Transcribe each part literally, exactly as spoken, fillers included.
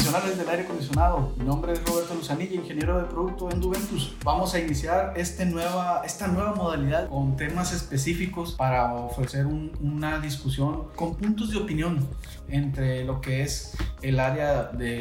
profesionales del aire acondicionado. Mi nombre es Roberto Luzanilla, ingeniero de producto en Duventus. Vamos a iniciar este nueva, esta nueva modalidad con temas específicos para ofrecer un, una discusión con puntos de opinión entre lo que es el área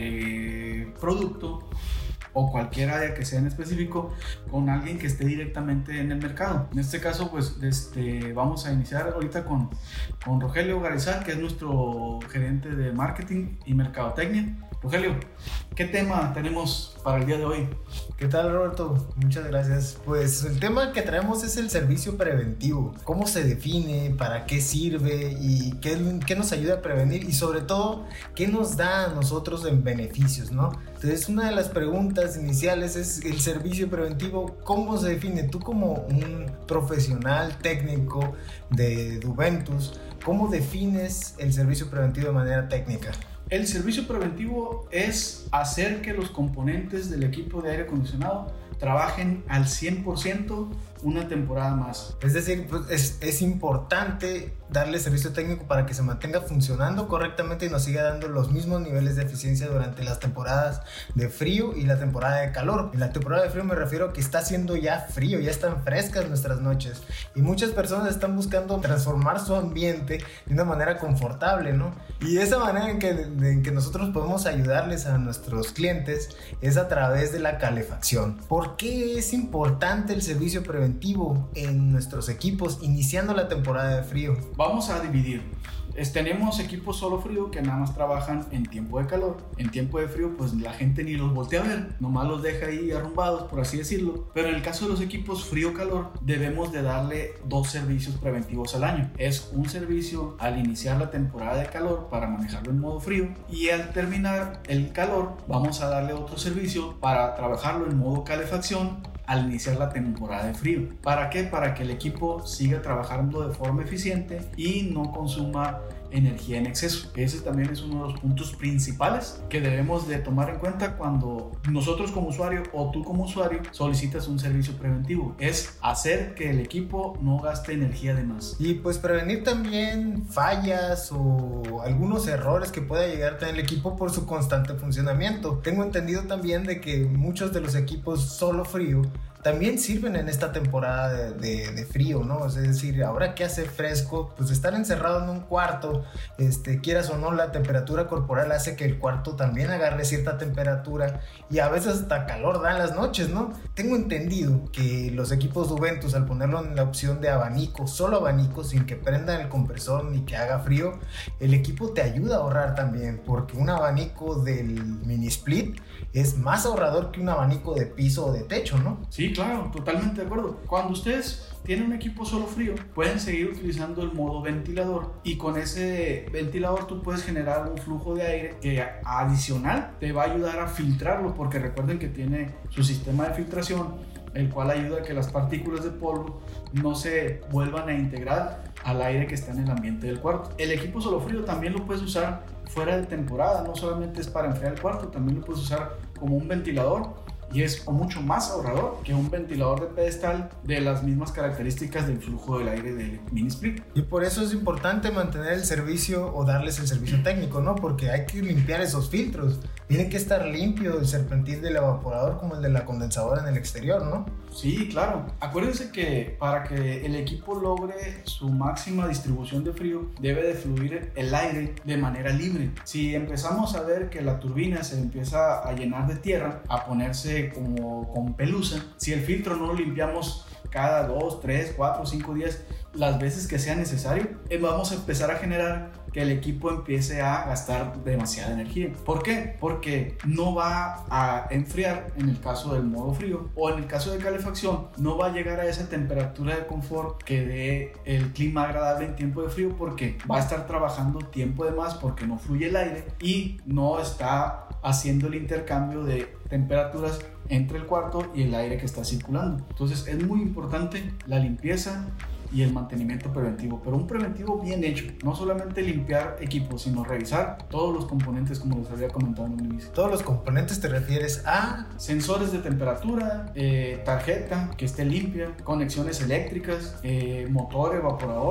de producto o cualquier área que sea en específico con alguien que esté directamente en el mercado. En este caso, pues este, vamos a iniciar ahorita con, con Rogelio Garrizal, que es nuestro gerente de marketing y mercadotecnia. Rogelio, ¿qué tema tenemos para el día de hoy? ¿Qué tal, Roberto? Muchas gracias. Pues el tema que traemos es el servicio preventivo. ¿Cómo se define? ¿Para qué sirve? ¿Y qué, qué nos ayuda a prevenir? Y sobre todo, ¿qué nos da a nosotros en beneficios, no? Entonces, una de las preguntas iniciales es el servicio preventivo. ¿Cómo se define? Tú como un profesional técnico de Duventus, ¿cómo defines el servicio preventivo de manera técnica? El servicio preventivo es hacer que los componentes del equipo de aire acondicionado trabajen al cien por ciento una temporada más. Es decir, pues es, es importante darle servicio técnico para que se mantenga funcionando correctamente y nos siga dando los mismos niveles de eficiencia durante las temporadas de frío y la temporada de calor. En la temporada de frío me refiero a que está haciendo ya frío, ya están frescas nuestras noches y muchas personas están buscando transformar su ambiente de una manera confortable, ¿no? Y esa manera en que, en que nosotros podemos ayudarles a nuestros clientes es a través de la calefacción. ¿Por qué es importante el servicio preventivo en nuestros equipos iniciando la temporada de frío? Vamos a dividir. Es, tenemos equipos solo frío que nada más trabajan en tiempo de calor. En tiempo de frío, pues la gente ni los voltea a ver, nomás los deja ahí arrumbados, por así decirlo. Pero en el caso de los equipos frío-calor, debemos de darle dos servicios preventivos al año. Es un servicio al iniciar la temporada de calor para manejarlo en modo frío, y al terminar el calor vamos a darle otro servicio para trabajarlo en modo calefacción al iniciar la temporada de frío. ¿Para qué? Para que el equipo siga trabajando de forma eficiente y no consuma energía en exceso. Ese también es uno de los puntos principales que debemos de tomar en cuenta cuando nosotros como usuario o tú como usuario solicitas un servicio preventivo. Es hacer que el equipo no gaste energía de más. Y pues prevenir también fallas o algunos errores que pueda llegar a tener el equipo por su constante funcionamiento. Tengo entendido también de que muchos de los equipos solo frío también sirven en esta temporada de, de, de frío, ¿no? Es decir, ahora que hace fresco, pues estar encerrado en un cuarto, este, quieras o no, la temperatura corporal hace que el cuarto también agarre cierta temperatura y a veces hasta calor da en las noches, ¿no? Tengo entendido que los equipos Duventus, al ponerlo en la opción de abanico, solo abanico, sin que prenda el compresor ni que haga frío, el equipo te ayuda a ahorrar también, porque un abanico del mini split es más ahorrador que un abanico de piso o de techo, ¿no? Sí, claro, totalmente de acuerdo. Cuando ustedes tienen un equipo solo frío, pueden seguir utilizando el modo ventilador, y con ese ventilador tú puedes generar un flujo de aire que adicional te va a ayudar a filtrarlo, porque recuerden que tiene su sistema de filtración, el cual ayuda a que las partículas de polvo no se vuelvan a integrar al aire que está en el ambiente del cuarto. El equipo solo frío también lo puedes usar fuera de temporada, no solamente es para enfriar el cuarto, también lo puedes usar como un ventilador, y es mucho más ahorrador que un ventilador de pedestal de las mismas características del flujo del aire del mini split. Y por eso es importante mantener el servicio o darles el servicio técnico, ¿no? Porque hay que limpiar esos filtros. Tiene que estar limpio el serpentín del evaporador como el de la condensadora en el exterior, ¿no? Sí, claro. Acuérdense que para que el equipo logre su máxima distribución de frío, debe de fluir el aire de manera libre. Si empezamos a ver que la turbina se empieza a llenar de tierra, a ponerse como con pelusa, si el filtro no lo limpiamos cada dos, tres, cuatro, cinco días, las veces que sea necesario, vamos a empezar a generar que el equipo empiece a gastar demasiada energía. ¿Por qué? Porque no va a enfriar en el caso del modo frío, o en el caso de calefacción no va a llegar a esa temperatura de confort que dé el clima agradable en tiempo de frío, porque va a estar trabajando tiempo de más porque no fluye el aire y no está haciendo el intercambio de temperaturas entre el cuarto y el aire que está circulando. Entonces es muy importante la limpieza y el mantenimiento preventivo, pero un preventivo bien hecho, no solamente limpiar equipos, sino revisar todos los componentes, como les había comentado en un inicio. Todos los componentes te refieres a sensores de temperatura, eh, tarjeta que esté limpia, conexiones eléctricas, eh, motor, evaporador,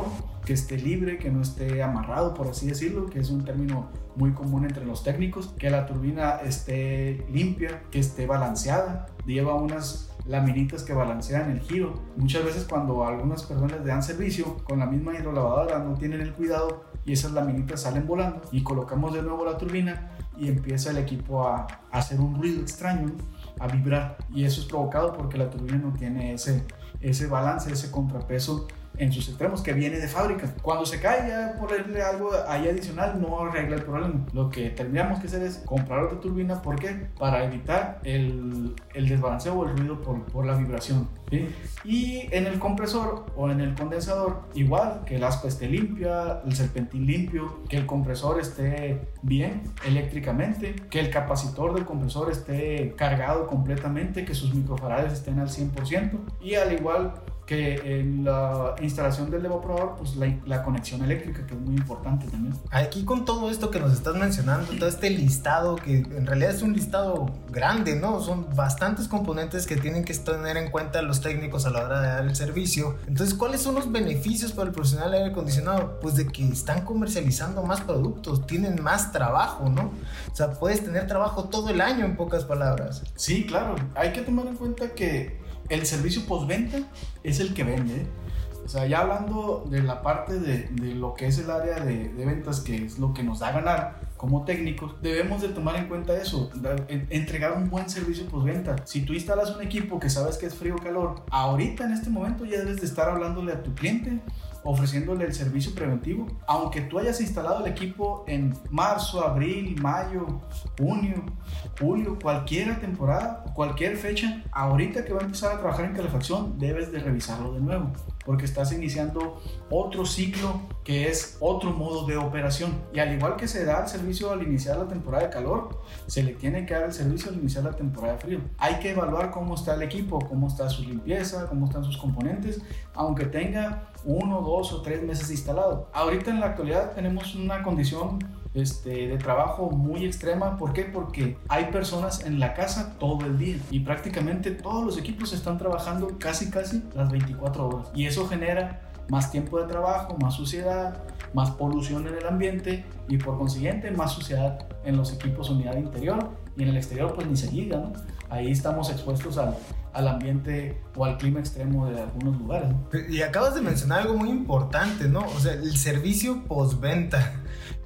que esté libre, que no esté amarrado, por así decirlo, que es un término muy común entre los técnicos, que la turbina esté limpia, que esté balanceada, lleva unas laminitas que balancean el giro. Muchas veces cuando algunas personas le dan servicio con la misma hidrolavadora no tienen el cuidado y esas laminitas salen volando y colocamos de nuevo la turbina y empieza el equipo a, a hacer un ruido extraño, a vibrar, y eso es provocado porque la turbina no tiene ese, ese balance, ese contrapeso en sus extremos que viene de fábrica. Cuando se cae, ya ponerle algo ahí adicional no arregla el problema. Lo que tendríamos que hacer es comprar otra turbina. ¿Por qué? Para evitar el, el desbalanceo o el ruido por, por la vibración, ¿sí? Y en el compresor o en el condensador, igual, que el aspa esté limpia, el serpentín limpio, que el compresor esté bien eléctricamente, que el capacitor del compresor esté cargado completamente, que sus microfarads estén al cien por ciento, y al igual que en la instalación del evaporador, pues la, la conexión eléctrica, que es muy importante también. Aquí con todo esto que nos estás mencionando, todo este listado, que en realidad es un listado grande, ¿no? Son bastantes componentes que tienen que tener en cuenta los técnicos a la hora de dar el servicio. Entonces, ¿cuáles son los beneficios para el profesional de aire acondicionado? Pues de que están comercializando más productos, tienen más trabajo, ¿no? O sea, puedes tener trabajo todo el año, en pocas palabras. Sí, claro. Hay que tomar en cuenta que el servicio postventa es el que vende, ¿eh? O sea, ya hablando de la parte de, de lo que es el área de, de ventas, que es lo que nos da a ganar como técnicos, debemos de tomar en cuenta eso, de, entregar un buen servicio postventa. Si tú instalas un equipo que sabes que es frío o calor, ahorita en este momento ya debes de estar hablándole a tu cliente, ofreciéndole el servicio preventivo, aunque tú hayas instalado el equipo en marzo, abril, mayo, junio, julio, cualquier temporada, cualquier fecha, ahorita que va a empezar a trabajar en calefacción, debes de revisarlo de nuevo, porque estás iniciando otro ciclo que es otro modo de operación. Y al igual que se da el servicio al iniciar la temporada de calor, se le tiene que dar el servicio al iniciar la temporada de frío. Hay que evaluar cómo está el equipo, cómo está su limpieza, cómo están sus componentes, aunque tenga uno, dos o tres meses instalado. Ahorita en la actualidad tenemos una condición Este, de trabajo muy extrema. ¿Por qué? Porque hay personas en la casa todo el día y prácticamente todos los equipos están trabajando casi casi las veinticuatro horas, y eso genera más tiempo de trabajo, más suciedad, más polución en el ambiente y por consiguiente más suciedad en los equipos unidad interior, y en el exterior pues ni se diga, ¿no? Ahí estamos expuestos al, al ambiente o al clima extremo de algunos lugares, ¿no? Y acabas de mencionar algo muy importante, ¿no? O sea, el servicio postventa.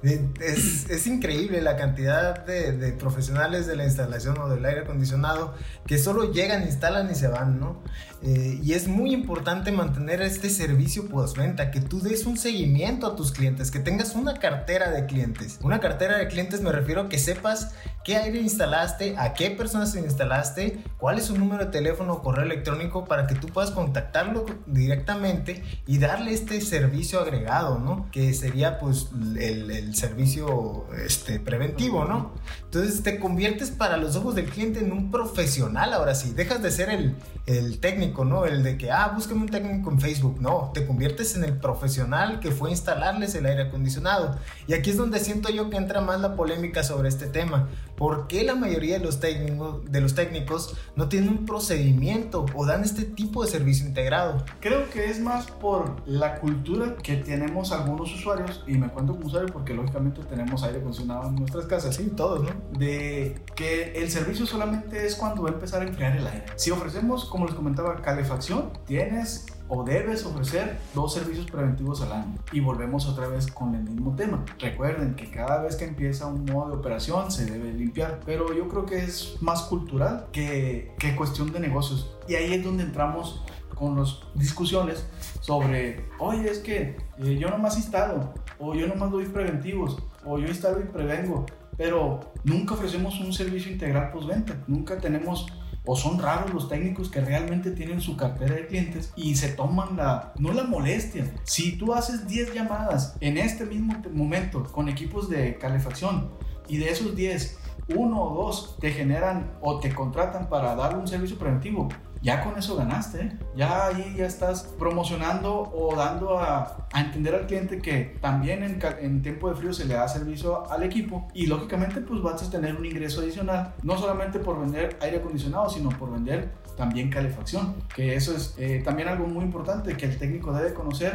Es, es increíble la cantidad de, de profesionales de la instalación o del aire acondicionado que solo llegan, instalan y se van, ¿no? Eh, y es muy importante mantener este servicio postventa, que tú des un seguimiento a tus clientes, que tengas una cartera de clientes. Una cartera de clientes me refiero a que sepas qué aire instalaste, a qué personas instalaste, cuál es su número de teléfono o correo electrónico para que tú puedas contactarlo directamente y darle este servicio agregado, ¿no? Que sería pues el, el servicio este, preventivo, ¿no? Entonces te conviertes para los ojos del cliente en un profesional. Ahora sí, dejas de ser el, el técnico, ¿no? El de que, ah, búscame un técnico en Facebook. No, te conviertes en el profesional que fue a instalarles el aire acondicionado. Y aquí es donde siento yo que entra más la polémica sobre este tema. ¿Por qué la mayoría de los técnicos, de los técnicos no tienen un procedimiento o dan este tipo de servicio integrado? Creo que es más por la cultura que tenemos algunos usuarios, y me cuento como usuario porque lógicamente tenemos aire acondicionado en nuestras casas, sí, todos, ¿no? De que el servicio solamente es cuando va a empezar a enfriar el aire. Si ofrecemos, como les comentaba, calefacción, tienes o debes ofrecer dos servicios preventivos al año. Y volvemos otra vez con el mismo tema. Recuerden que cada vez que empieza un modo de operación se debe limpiar, pero yo creo que es más cultural que, que cuestión de negocios. Y ahí es donde entramos con las discusiones sobre, oye, es que eh, yo nomás instalo, o yo nomás doy preventivos, o yo instalo y prevengo, pero nunca ofrecemos un servicio integral postventa. Nunca tenemos, o son raros los técnicos que realmente tienen su cartera de clientes y se toman la, no la molestia. Si tú haces diez llamadas en este mismo momento con equipos de calefacción y de esos diez, uno o dos te generan o te contratan para darle un servicio preventivo, ya con eso ganaste, ¿eh? Ya ahí ya estás promocionando o dando a, a entender al cliente que también en, en tiempo de frío se le da servicio al equipo, y lógicamente pues vas a tener un ingreso adicional, no solamente por vender aire acondicionado, sino por vender también calefacción, que eso es eh, también algo muy importante que el técnico debe conocer.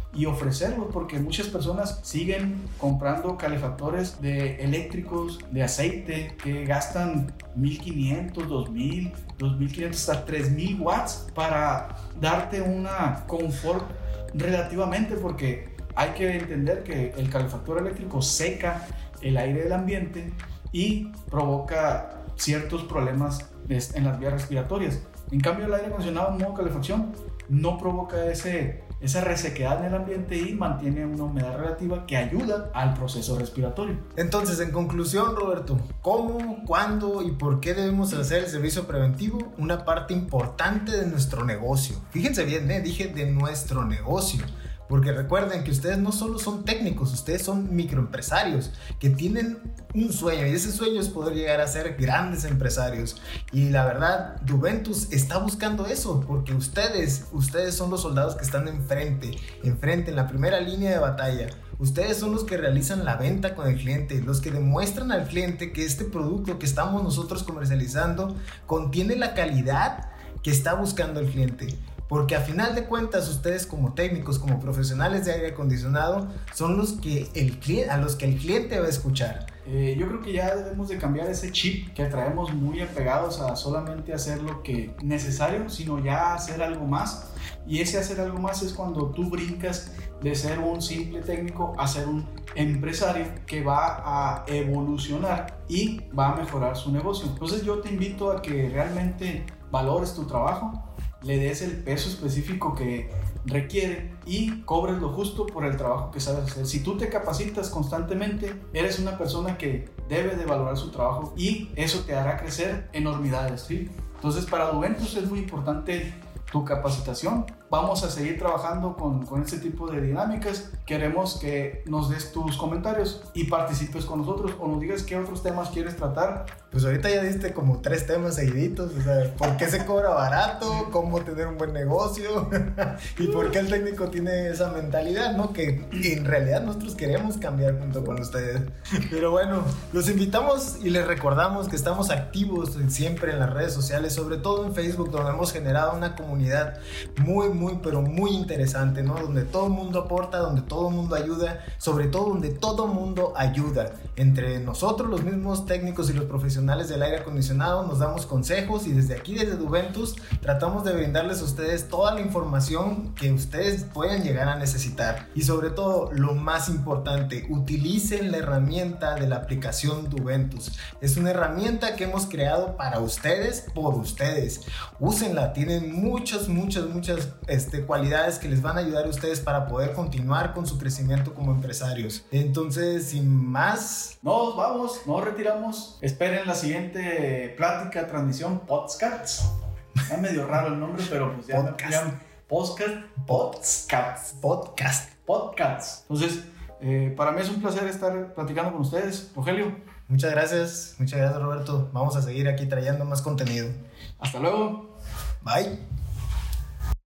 y ofrecerlos, porque muchas personas siguen comprando calefactores de eléctricos, de aceite, que gastan mil quinientos, dos mil, dos mil quinientos hasta tres mil watts para darte una confort relativamente, porque hay que entender que el calefactor eléctrico seca el aire del ambiente y provoca ciertos problemas en las vías respiratorias. En cambio, el aire acondicionado en modo calefacción no provoca ese, esa resequedad en el ambiente y mantiene una humedad relativa que ayuda al proceso respiratorio. Entonces, en conclusión, Roberto, ¿cómo, cuándo y por qué debemos hacer el servicio preventivo? Una parte importante de nuestro negocio. Fíjense bien, ¿eh? Dije de nuestro negocio. Porque recuerden que ustedes no solo son técnicos, ustedes son microempresarios que tienen un sueño, y ese sueño es poder llegar a ser grandes empresarios. Y la verdad, Duventus está buscando eso, porque ustedes, ustedes son los soldados que están enfrente, enfrente, en la primera línea de batalla. Ustedes son los que realizan la venta con el cliente, los que demuestran al cliente que este producto que estamos nosotros comercializando contiene la calidad que está buscando el cliente. Porque a final de cuentas, ustedes como técnicos, como profesionales de aire acondicionado, son los que el cliente, a los que el cliente va a escuchar. Eh, yo creo que ya debemos de cambiar ese chip que traemos muy apegados a solamente hacer lo que es necesario, sino ya hacer algo más. Y ese hacer algo más es cuando tú brincas de ser un simple técnico a ser un empresario que va a evolucionar y va a mejorar su negocio. Entonces yo te invito a que realmente valores tu trabajo, le des el peso específico que requiere y cobres lo justo por el trabajo que sabes hacer. Si tú te capacitas constantemente, eres una persona que debe de valorar su trabajo y eso te hará crecer enormidades, ¿sí? Entonces, para Duventus es muy importante tu capacitación. Vamos a seguir trabajando con, con este tipo de dinámicas. Queremos que nos des tus comentarios y participes con nosotros o nos digas qué otros temas quieres tratar. Pues ahorita ya diste como tres temas seguiditos, o sea, ¿por qué se cobra barato? ¿Cómo tener un buen negocio? ¿Y por qué el técnico tiene esa mentalidad, no? Que en realidad nosotros queremos cambiar junto con ustedes. Pero bueno, los invitamos y les recordamos que estamos activos siempre en las redes sociales, sobre todo en Facebook, donde hemos generado una comunidad muy, muy, pero muy interesante, ¿no? Donde todo el mundo aporta, donde todo el mundo ayuda, sobre todo donde todo el mundo ayuda. Entre nosotros, los mismos técnicos y los profesionales del aire acondicionado, nos damos consejos y desde aquí, desde Duventus, tratamos de brindarles a ustedes toda la información que ustedes puedan llegar a necesitar. Y sobre todo, lo más importante, utilicen la herramienta de la aplicación Duventus. Es una herramienta que hemos creado para ustedes, por ustedes. Úsenla, tienen muchas, muchas, muchas este, cualidades que les van a ayudar a ustedes para poder continuar con su crecimiento como empresarios. Entonces, sin más, nos vamos, nos retiramos. Esperen la siguiente plática, transmisión, podcast. Es medio raro el nombre, pero pues ya podcast. ya, podcast, podcast, podcast, podcast. Entonces, eh, para mí es un placer estar platicando con ustedes, Rogelio. Muchas gracias, muchas gracias, Roberto. Vamos a seguir aquí trayendo más contenido. Hasta luego. Bye.